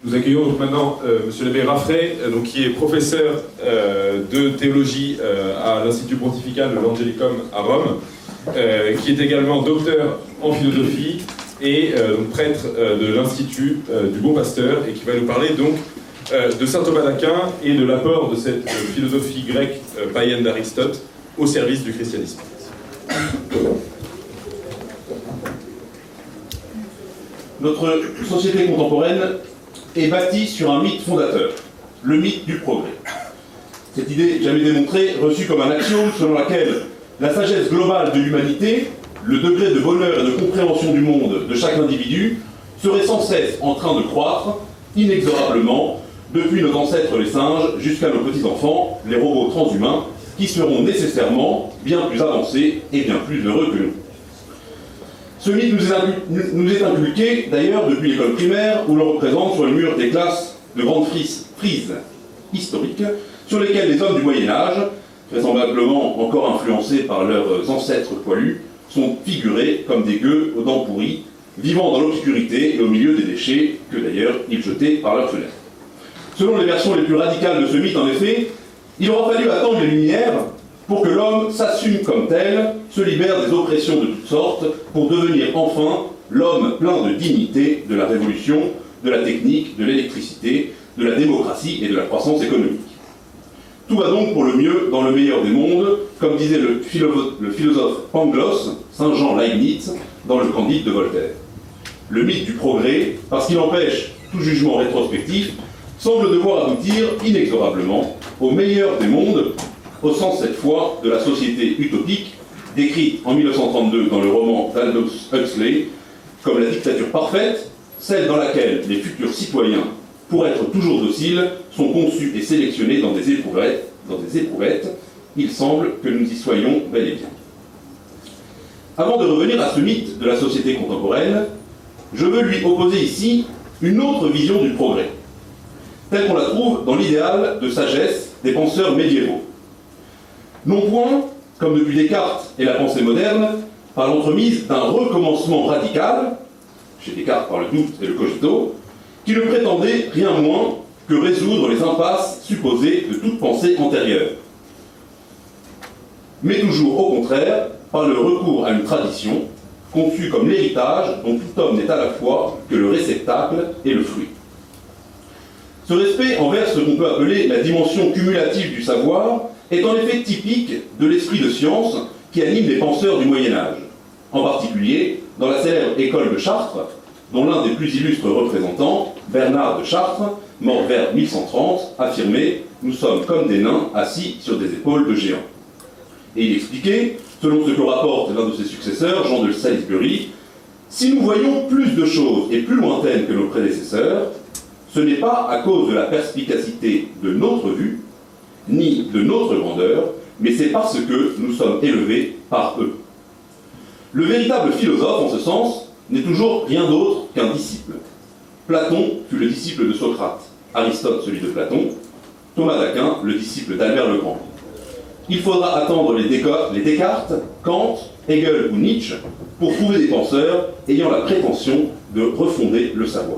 Nous accueillons donc maintenant Monsieur l'abbé Raffray, qui est professeur de théologie à l'Institut pontifical de l'Angelicum à Rome, qui est également docteur en philosophie et donc prêtre de l'Institut du Bon Pasteur, et qui va nous parler donc de saint Thomas d'Aquin et de l'apport de cette philosophie grecque païenne d'Aristote au service du christianisme. Notre société contemporaine est bâtie sur un mythe fondateur, le mythe du progrès. Cette idée jamais démontrée, reçue comme un axiome selon laquelle la sagesse globale de l'humanité, le degré de bonheur et de compréhension du monde de chaque individu, serait sans cesse en train de croître, inexorablement, depuis nos ancêtres les singes jusqu'à nos petits-enfants, les robots transhumains, qui seront nécessairement bien plus avancés et bien plus heureux que nous. Ce mythe nous est inculqué d'ailleurs depuis l'école primaire, où l'on représente sur le mur des classes de grandes frises historiques, sur lesquelles les hommes du Moyen-Âge, vraisemblablement encore influencés par leurs ancêtres poilus, sont figurés comme des gueux aux dents pourries, vivant dans l'obscurité et au milieu des déchets que d'ailleurs ils jetaient par leurs fenêtres. Selon les versions les plus radicales de ce mythe, en effet, il aura fallu attendre les Lumières pour que l'homme s'assume comme tel, se libère des oppressions de toutes sortes, pour devenir enfin l'homme plein de dignité de la révolution, de la technique, de l'électricité, de la démocratie et de la croissance économique. Tout va donc pour le mieux dans le meilleur des mondes, comme disait le philosophe Pangloss, Saint Jean Leibniz, dans le Candide de Voltaire. Le mythe du progrès, parce qu'il empêche tout jugement rétrospectif, semble devoir aboutir inexorablement au meilleur des mondes, au sens cette fois de la société utopique, décrite en 1932 dans le roman d'Aldous Huxley comme la dictature parfaite, celle dans laquelle les futurs citoyens, pour être toujours dociles, sont conçus et sélectionnés dans des éprouvettes. Il semble que nous y soyons bel et bien. Avant de revenir à ce mythe de la société contemporaine, je veux lui opposer ici une autre vision du progrès, telle qu'on la trouve dans l'idéal de sagesse des penseurs médiévaux. Non point, comme depuis Descartes et la pensée moderne, par l'entremise d'un recommencement radical, chez Descartes par le doute et le cogito, qui ne prétendait rien moins que résoudre les impasses supposées de toute pensée antérieure. Mais toujours au contraire, par le recours à une tradition, conçue comme l'héritage dont tout homme n'est à la fois que le réceptacle et le fruit. Ce respect envers ce qu'on peut appeler la dimension cumulative du savoir est en effet typique de l'esprit de science qui anime les penseurs du Moyen-Âge, en particulier dans la célèbre école de Chartres, dont l'un des plus illustres représentants, Bernard de Chartres, mort vers 1130, affirmait « Nous sommes comme des nains assis sur des épaules de géants ». Et il expliquait, selon ce que rapporte l'un de ses successeurs, Jean de Salisbury, « Si nous voyons plus de choses et plus lointaines que nos prédécesseurs, ce n'est pas à cause de la perspicacité de notre vue, ni de notre grandeur, mais c'est parce que nous sommes élevés par eux. » Le véritable philosophe, en ce sens, n'est toujours rien d'autre qu'un disciple. Platon fut le disciple de Socrate, Aristote celui de Platon, Thomas d'Aquin le disciple d'Albert le Grand. Il faudra attendre les Descartes, Kant, Hegel ou Nietzsche pour trouver des penseurs ayant la prétention de refonder le savoir.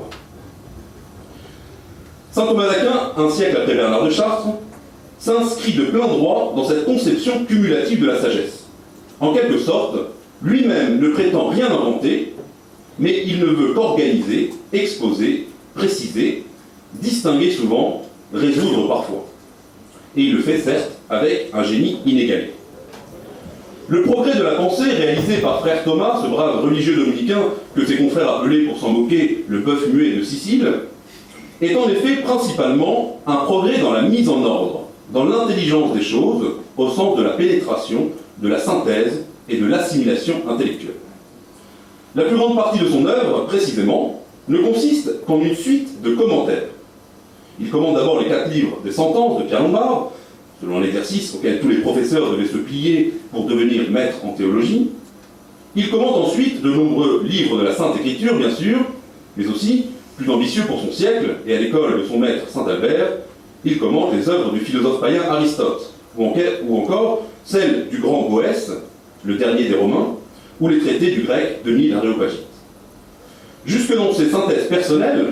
Saint Thomas d'Aquin, un siècle après Bernard de Chartres, s'inscrit de plein droit dans cette conception cumulative de la sagesse. En quelque sorte, lui-même ne prétend rien inventer, mais il ne veut qu'organiser, exposer, préciser, distinguer souvent, résoudre parfois. Et il le fait certes avec un génie inégalé. Le progrès de la pensée réalisé par frère Thomas, ce brave religieux dominicain que ses confrères appelaient pour s'en moquer le bœuf muet de Sicile, est en effet principalement un progrès dans la mise en ordre, dans l'intelligence des choses, au sens de la pénétration, de la synthèse et de l'assimilation intellectuelle. La plus grande partie de son œuvre, précisément, ne consiste qu'en une suite de commentaires. Il commente d'abord les 4 livres des sentences de Pierre Lombard, selon l'exercice auquel tous les professeurs devaient se plier pour devenir maîtres en théologie. Il commente ensuite de nombreux livres de la Sainte Écriture, bien sûr, mais aussi, plus ambitieux pour son siècle et à l'école de son maître Saint Albert, il commente les œuvres du philosophe païen Aristote, ou encore celles du grand Boès, le dernier des Romains, ou les traités du grec Denis l'Aréopagite. Jusque dans ses synthèses personnelles,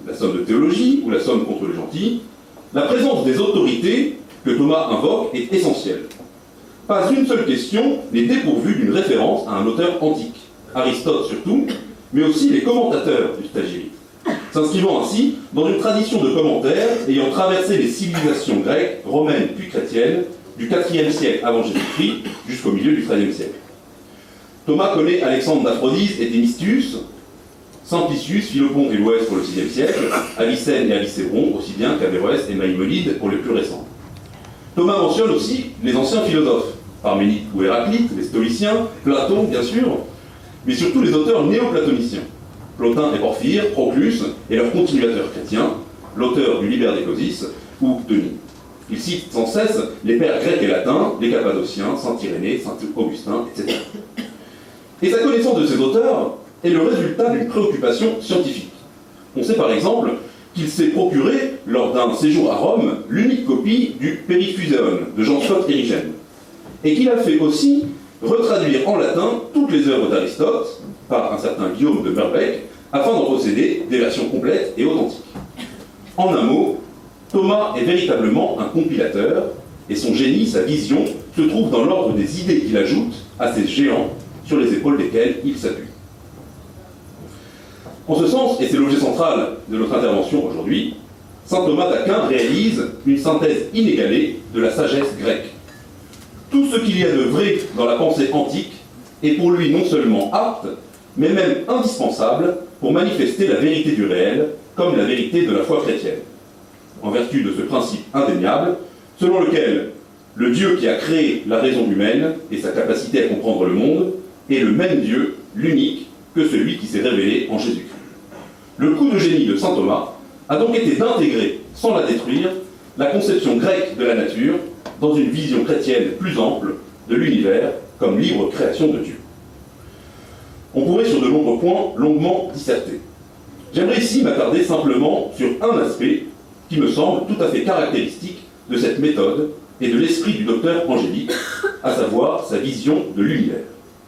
la somme de théologie ou la somme contre le gentil, la présence des autorités que Thomas invoque est essentielle. Pas une seule question n'est dépourvue d'une référence à un auteur antique, Aristote surtout, mais aussi les commentateurs du Stagirite, s'inscrivant ainsi dans une tradition de commentaires ayant traversé les civilisations grecques, romaines puis chrétiennes du IVe siècle avant Jésus-Christ jusqu'au milieu du XIIIe siècle. Thomas connaît Alexandre d'Aphrodise et Thémistius, Simplicius, Philopon et Boès pour le VIe siècle, Avicenne et Avicéron, aussi bien qu'Averroès et Maïmonide pour les plus récents. Thomas mentionne aussi les anciens philosophes, Parménide ou Héraclite, les Stoliciens, Platon bien sûr, mais surtout les auteurs néoplatoniciens, Plotin et Porphyre, Proclus et leurs continuateurs chrétiens, l'auteur du Liber Décosis ou Denis. Il cite sans cesse les pères grecs et latins, les Cappadociens, Saint Irénée, Saint Augustin, etc. Et sa connaissance de ces auteurs est le résultat d'une préoccupation scientifique. On sait par exemple qu'il s'est procuré, lors d'un séjour à Rome, l'unique copie du Periphuséon de Jean-Scott Érigène, et qu'il a fait aussi retraduire en latin toutes les œuvres d'Aristote par un certain Guillaume de Merbeck, afin d'en posséder des versions complètes et authentiques. En un mot, Thomas est véritablement un compilateur, et son génie, sa vision, se trouve dans l'ordre des idées qu'il ajoute à ces géants sur les épaules desquels il s'appuie. En ce sens, et c'est l'objet central de notre intervention aujourd'hui, saint Thomas d'Aquin réalise une synthèse inégalée de la sagesse grecque. Tout ce qu'il y a de vrai dans la pensée antique est pour lui non seulement apte, mais même indispensable pour manifester la vérité du réel comme la vérité de la foi chrétienne, en vertu de ce principe indéniable, selon lequel le Dieu qui a créé la raison humaine et sa capacité à comprendre le monde est le même Dieu, l'unique, que celui qui s'est révélé en Jésus-Christ. Le coup de génie de saint Thomas a donc été d'intégrer, sans la détruire, la conception grecque de la nature dans une vision chrétienne plus ample de l'univers comme libre création de Dieu. On pourrait sur de nombreux points longuement disserter. J'aimerais ici m'attarder simplement sur un aspect qui me semble tout à fait caractéristique de cette méthode et de l'esprit du docteur Angélique, à savoir sa vision de l'univers.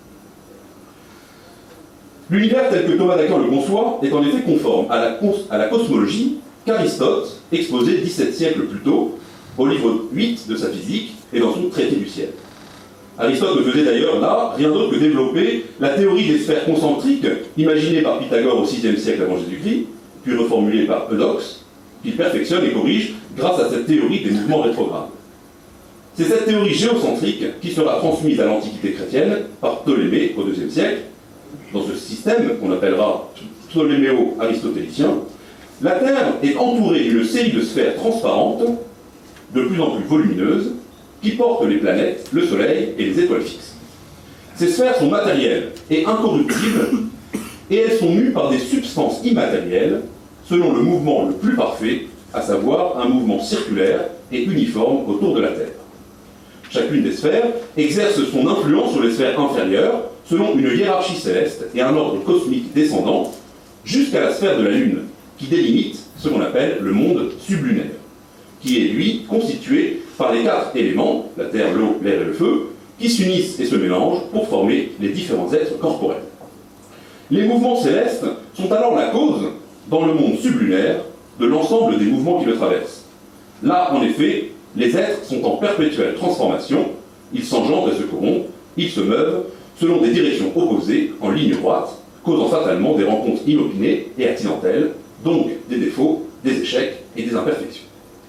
L'univers tel que Thomas d'Aquin le conçoit est en effet conforme à la cosmologie qu'Aristote exposait 17 siècles plus tôt au livre 8 de sa physique et dans son traité du ciel. Aristote ne faisait d'ailleurs là rien d'autre que développer la théorie des sphères concentriques imaginée par Pythagore au VIe siècle avant Jésus-Christ, puis reformulée par Eudoxe, qu'il perfectionne et corrige grâce à cette théorie des mouvements rétrogrades. C'est cette théorie géocentrique qui sera transmise à l'Antiquité chrétienne par Ptolémée au IIe siècle. Dans ce système qu'on appellera ptoléméo-aristotélicien, la Terre est entourée d'une série de sphères transparentes, de plus en plus volumineuses, qui portent les planètes, le Soleil et les étoiles fixes. Ces sphères sont matérielles et incorruptibles, et elles sont mues par des substances immatérielles, selon le mouvement le plus parfait, à savoir un mouvement circulaire et uniforme autour de la Terre. Chacune des sphères exerce son influence sur les sphères inférieures, selon une hiérarchie céleste et un ordre cosmique descendant, jusqu'à la sphère de la Lune, qui délimite ce qu'on appelle le monde sublunaire, qui est, lui, constitué par les 4 éléments, la terre, l'eau, l'air et le feu, qui s'unissent et se mélangent pour former les différents êtres corporels. Les mouvements célestes sont alors la cause, dans le monde sublunaire, de l'ensemble des mouvements qui le traversent. Là, en effet, les êtres sont en perpétuelle transformation, ils s'engendrent et se corrompent, ils se meuvent selon des directions opposées, en ligne droite, causant fatalement des rencontres inopinées et accidentelles, donc des défauts, des échecs et des imperfections.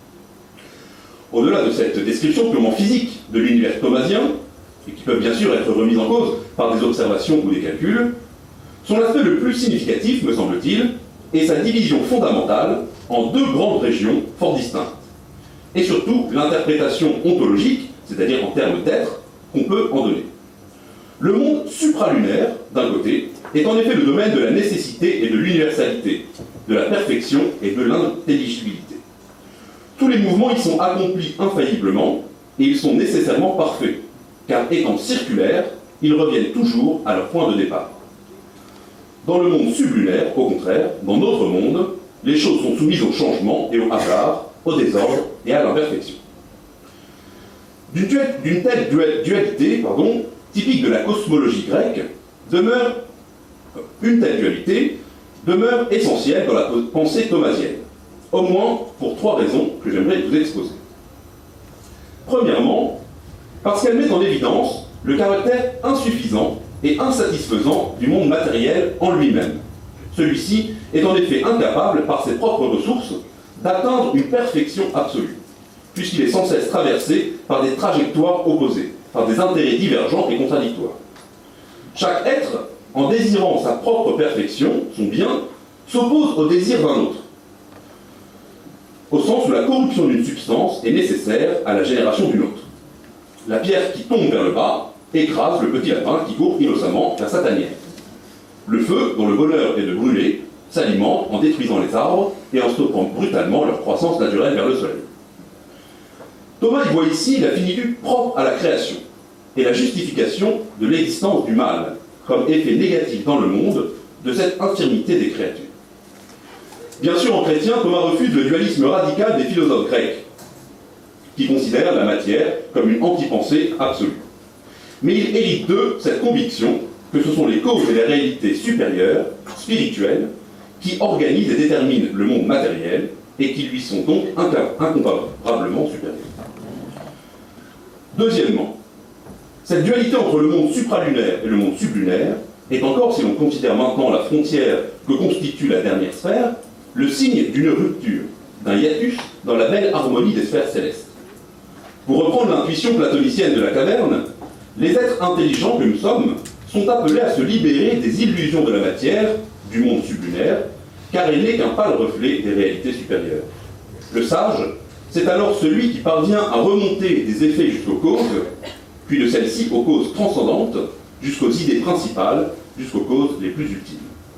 Au-delà de cette description purement physique de l'univers thomasien, et qui peuvent bien sûr être remises en cause par des observations ou des calculs, son aspect le plus significatif, me semble-t-il, est sa division fondamentale en 2 grandes régions fort distinctes, et surtout l'interprétation ontologique, c'est-à-dire en termes d'être, qu'on peut en donner. Le monde supralunaire, d'un côté, est en effet le domaine de la nécessité et de l'universalité, de la perfection et de l'intelligibilité. Tous les mouvements y sont accomplis infailliblement, et ils sont nécessairement parfaits, car étant circulaires, ils reviennent toujours à leur point de départ. Dans le monde sublunaire, au contraire, dans notre monde, les choses sont soumises au changement et au hasard, au désordre et à l'imperfection. D'une telle dualité, typique de la cosmologie grecque, demeure une telle dualité demeure essentielle dans la pensée thomasienne, au moins pour 3 raisons que j'aimerais vous exposer. Premièrement, parce qu'elle met en évidence le caractère insuffisant et insatisfaisant du monde matériel en lui-même. Celui-ci est en effet incapable, par ses propres ressources, d'atteindre une perfection absolue, puisqu'il est sans cesse traversé par des trajectoires opposées, par des intérêts divergents et contradictoires. Chaque être, en désirant sa propre perfection, son bien, s'oppose au désir d'un autre, au sens où la corruption d'une substance est nécessaire à la génération d'une autre. La pierre qui tombe vers le bas écrase le petit lapin qui court innocemment vers sa tanière. Le feu, dont le bonheur est de brûler, s'alimente en détruisant les arbres et en stoppant brutalement leur croissance naturelle vers le soleil. Thomas y voit ici la finitude propre à la création et la justification de l'existence du mal comme effet négatif dans le monde de cette infirmité des créatures. Bien sûr, en chrétien, Thomas refuse le dualisme radical des philosophes grecs, qui considèrent la matière comme une antipensée absolue. Mais il hérite d'eux cette conviction que ce sont les causes et les réalités supérieures, spirituelles, qui organisent et déterminent le monde matériel et qui lui sont donc incomparablement supérieures. Deuxièmement, cette dualité entre le monde supralunaire et le monde sublunaire est encore, si l'on considère maintenant la frontière que constitue la dernière sphère, le signe d'une rupture, d'un hiatus dans la belle harmonie des sphères célestes. Pour reprendre l'intuition platonicienne de la caverne, les êtres intelligents que nous sommes sont appelés à se libérer des illusions de la matière, du monde sublunaire, car elle n'est qu'un pâle reflet des réalités supérieures. Le sage, c'est alors celui qui parvient à remonter des effets jusqu'aux causes, puis de celles-ci aux causes transcendantes, jusqu'aux idées principales, jusqu'aux causes les plus ultimes.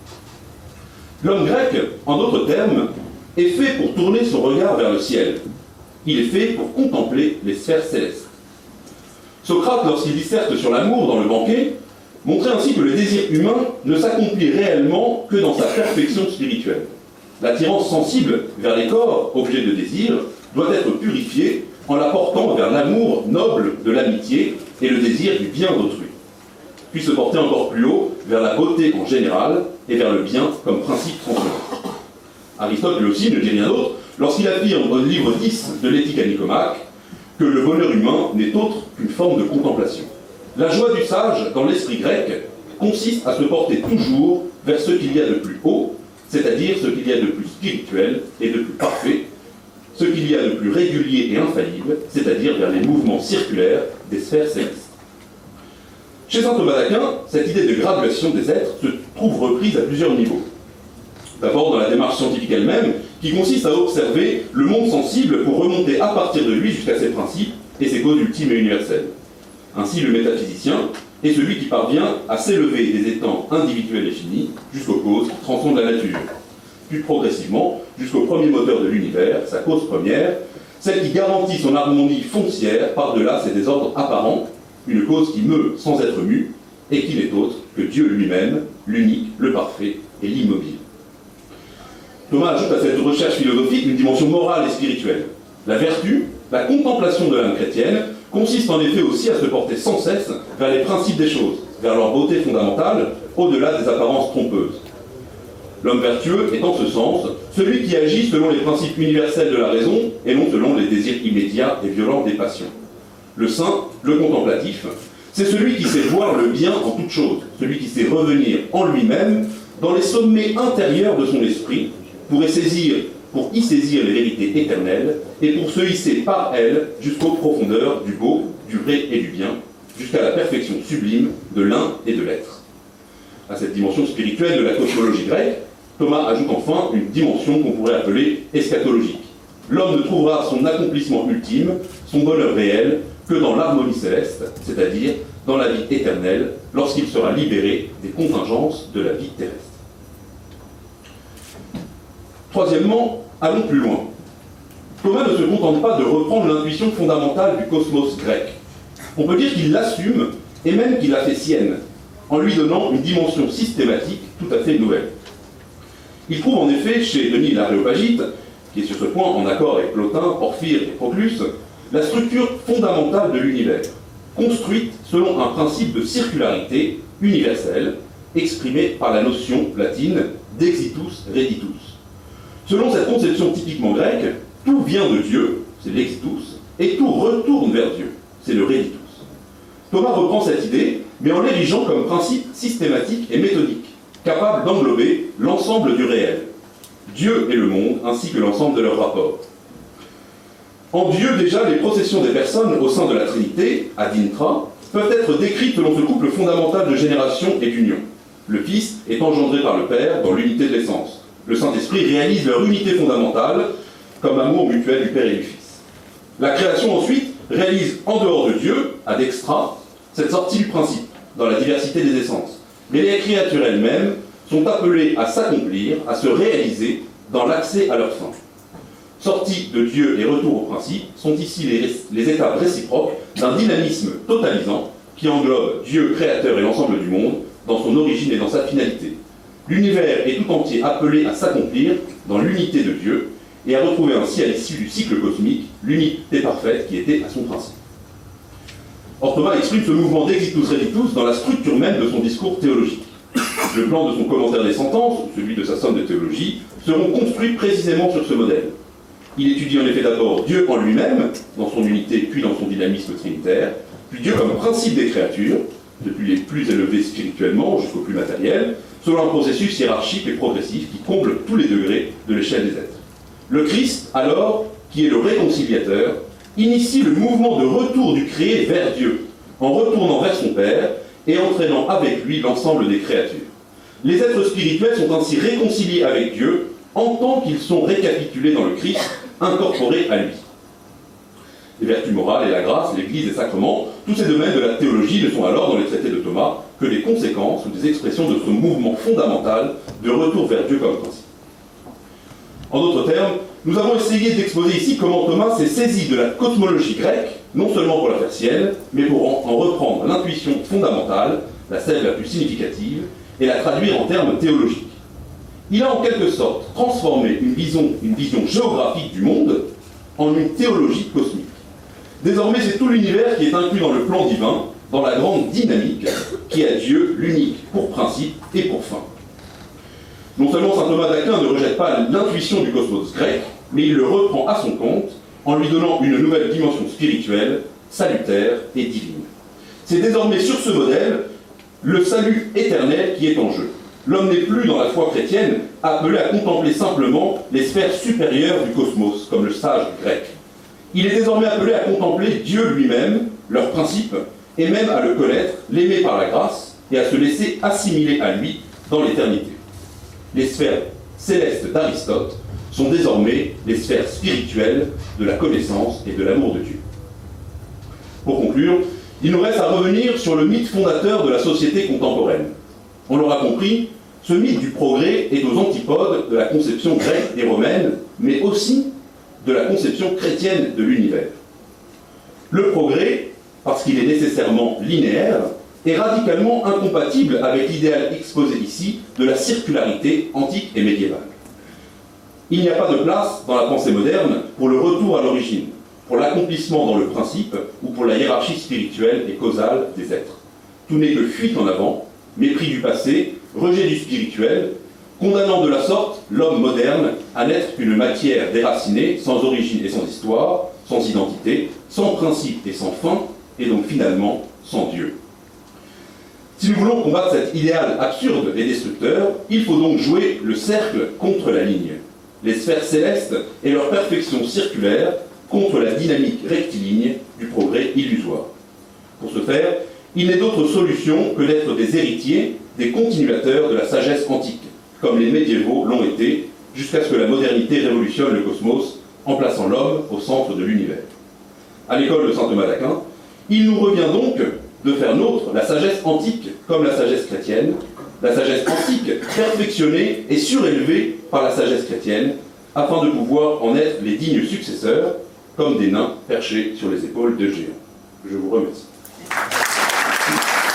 L'homme grec, en d'autres termes, est fait pour tourner son regard vers le ciel. Il est fait pour contempler les sphères célestes. Socrate, lorsqu'il disserte sur l'amour dans le banquet, montrait ainsi que le désir humain ne s'accomplit réellement que dans sa perfection spirituelle. L'attirance sensible vers les corps, objets de désir, doit être purifiée en la portant vers l'amour noble de l'amitié et le désir du bien d'autrui, puis se porter encore plus haut vers la beauté en général et vers le bien comme principe transcendant. Aristote, lui aussi, ne dit rien d'autre lorsqu'il affirme au livre 10 de l'Éthique à Nicomaque que le bonheur humain n'est autre qu'une forme de contemplation. La joie du sage, dans l'esprit grec, consiste à se porter toujours vers ce qu'il y a de plus haut, c'est-à-dire ce qu'il y a de plus spirituel et de plus parfait, ce qu'il y a de plus régulier et infaillible, c'est-à-dire vers les mouvements circulaires des sphères célestes. Chez saint Thomas d'Aquin, cette idée de graduation des êtres se trouve reprise à plusieurs niveaux. D'abord dans la démarche scientifique elle-même, qui consiste à observer le monde sensible pour remonter à partir de lui jusqu'à ses principes et ses causes ultimes et universelles. Ainsi, le métaphysicien est celui qui parvient à s'élever des étangs individuels et finis jusqu'aux causes qui transcendent la nature, puis progressivement jusqu'au premier moteur de l'univers, sa cause première, celle qui garantit son harmonie foncière par-delà ses désordres apparents, une cause qui meut sans être mue et qui n'est autre que Dieu lui-même, l'unique, le parfait et l'immobile. Thomas ajoute à cette recherche philosophique une dimension morale et spirituelle. La vertu, la contemplation de l'âme chrétienne, consiste en effet aussi à se porter sans cesse vers les principes des choses, vers leur beauté fondamentale, au-delà des apparences trompeuses. L'homme vertueux est en ce sens celui qui agit selon les principes universels de la raison et non selon les désirs immédiats et violents des passions. Le saint, le contemplatif, c'est celui qui sait voir le bien en toute chose, celui qui sait revenir en lui-même dans les sommets intérieurs de son esprit pour y saisir les vérités éternelles et pour se hisser par elles jusqu'aux profondeurs du beau, du vrai et du bien, jusqu'à la perfection sublime de l'un et de l'être. À cette dimension spirituelle de la cosmologie grecque, Thomas ajoute enfin une dimension qu'on pourrait appeler eschatologique. L'homme ne trouvera son accomplissement ultime, son bonheur réel, que dans l'harmonie céleste, c'est-à-dire dans la vie éternelle, lorsqu'il sera libéré des contingences de la vie terrestre. Troisièmement, allons plus loin. Thomas ne se contente pas de reprendre l'intuition fondamentale du cosmos grec. On peut dire qu'il l'assume et même qu'il la fait sienne, en lui donnant une dimension systématique tout à fait nouvelle. Il trouve en effet chez Denis l'Aréopagite, qui est sur ce point en accord avec Plotin, Porphyre et Proclus, la structure fondamentale de l'univers, construite selon un principe de circularité universelle exprimée par la notion latine d'exitus reditus. Selon cette conception typiquement grecque, tout vient de Dieu, c'est l'exitus, et tout retourne vers Dieu, c'est le reditus. Thomas reprend cette idée, mais en l'érigeant comme principe systématique et méthodique, capable d'englober l'ensemble du réel, Dieu et le monde, ainsi que l'ensemble de leurs rapports. En Dieu, déjà, les processions des personnes au sein de la Trinité, ad intra, peuvent être décrites selon ce couple fondamental de génération et d'union. Le Fils est engendré par le Père dans l'unité de l'essence. Le Saint-Esprit réalise leur unité fondamentale comme amour mutuel du Père et du Fils. La création ensuite réalise en dehors de Dieu, ad extra, cette sortie du principe, dans la diversité des essences. Mais les créatures elles-mêmes sont appelées à s'accomplir, à se réaliser dans l'accès à leur fin. Sortie de Dieu et retour au principe sont ici les étapes réciproques d'un dynamisme totalisant qui englobe Dieu créateur et l'ensemble du monde dans son origine et dans sa finalité. L'univers est tout entier appelé à s'accomplir dans l'unité de Dieu et à retrouver ainsi à l'issue du cycle cosmique l'unité parfaite qui était à son principe. Or Thomas exprime ce mouvement d'exitus reditus dans la structure même de son discours théologique. Le plan de son commentaire des sentences, ou celui de sa somme de théologie, seront construits précisément sur ce modèle. Il étudie en effet d'abord Dieu en lui-même, dans son unité puis dans son dynamisme trinitaire, puis Dieu comme principe des créatures, depuis les plus élevés spirituellement jusqu'au plus matériel, selon un processus hiérarchique et progressif qui comble tous les degrés de l'échelle des êtres. Le Christ, alors, qui est le réconciliateur, initie le mouvement de retour du créé vers Dieu, en retournant vers son Père et entraînant avec lui l'ensemble des créatures. Les êtres spirituels sont ainsi réconciliés avec Dieu en tant qu'ils sont récapitulés dans le Christ, incorporés à lui. Les vertus morales et la grâce, l'Église et les sacrements, tous ces domaines de la théologie ne sont alors dans les traités de Thomas que des conséquences ou des expressions de ce mouvement fondamental de retour vers Dieu comme principe. En d'autres termes, nous avons essayé d'exposer ici comment Thomas s'est saisi de la cosmologie grecque, non seulement pour la faire sienne, mais pour en reprendre l'intuition fondamentale, celle la plus significative, et la traduire en termes théologiques. Il a en quelque sorte transformé une vision géographique du monde en une théologie cosmique. Désormais, c'est tout l'univers qui est inclus dans le plan divin, dans la grande dynamique qui a Dieu, l'unique, pour principe et pour fin. Non seulement saint Thomas d'Aquin ne rejette pas l'intuition du cosmos grec, mais il le reprend à son compte en lui donnant une nouvelle dimension spirituelle, salutaire et divine. C'est désormais sur ce modèle le salut éternel qui est en jeu. L'homme n'est plus, dans la foi chrétienne, appelé à contempler simplement les sphères supérieures du cosmos, comme le sage grec. Il est désormais appelé à contempler Dieu lui-même, leur principe, et même à le connaître, l'aimer par la grâce, et à se laisser assimiler à lui dans l'éternité. Les sphères célestes d'Aristote sont désormais les sphères spirituelles de la connaissance et de l'amour de Dieu. Pour conclure, il nous reste à revenir sur le mythe fondateur de la société contemporaine. On l'aura compris, ce mythe du progrès est aux antipodes de la conception grecque et romaine, mais aussi de la conception chrétienne de l'univers. Le progrès, parce qu'il est nécessairement linéaire, est radicalement incompatible avec l'idéal exposé ici de la circularité antique et médiévale. Il n'y a pas de place dans la pensée moderne pour le retour à l'origine, pour l'accomplissement dans le principe ou pour la hiérarchie spirituelle et causale des êtres. Tout n'est que fuite en avant, mépris du passé, rejet du spirituel, condamnant de la sorte l'homme moderne à n'être qu'une matière déracinée, sans origine et sans histoire, sans identité, sans principe et sans fin, et donc finalement sans Dieu. Si nous voulons combattre cet idéal absurde et destructeur, il faut donc jouer le cercle contre la ligne, les sphères célestes et leur perfection circulaire contre la dynamique rectiligne du progrès illusoire. Pour ce faire, il n'est d'autre solution que d'être des héritiers, des continuateurs de la sagesse antique, comme les médiévaux l'ont été, jusqu'à ce que la modernité révolutionne le cosmos en plaçant l'homme au centre de l'univers. À l'école de saint Thomas d'Aquin, il nous revient donc de faire nôtre la sagesse antique comme la sagesse chrétienne, la sagesse antique perfectionnée et surélevée par la sagesse chrétienne, afin de pouvoir en être les dignes successeurs, comme des nains perchés sur les épaules de géants. Je vous remercie.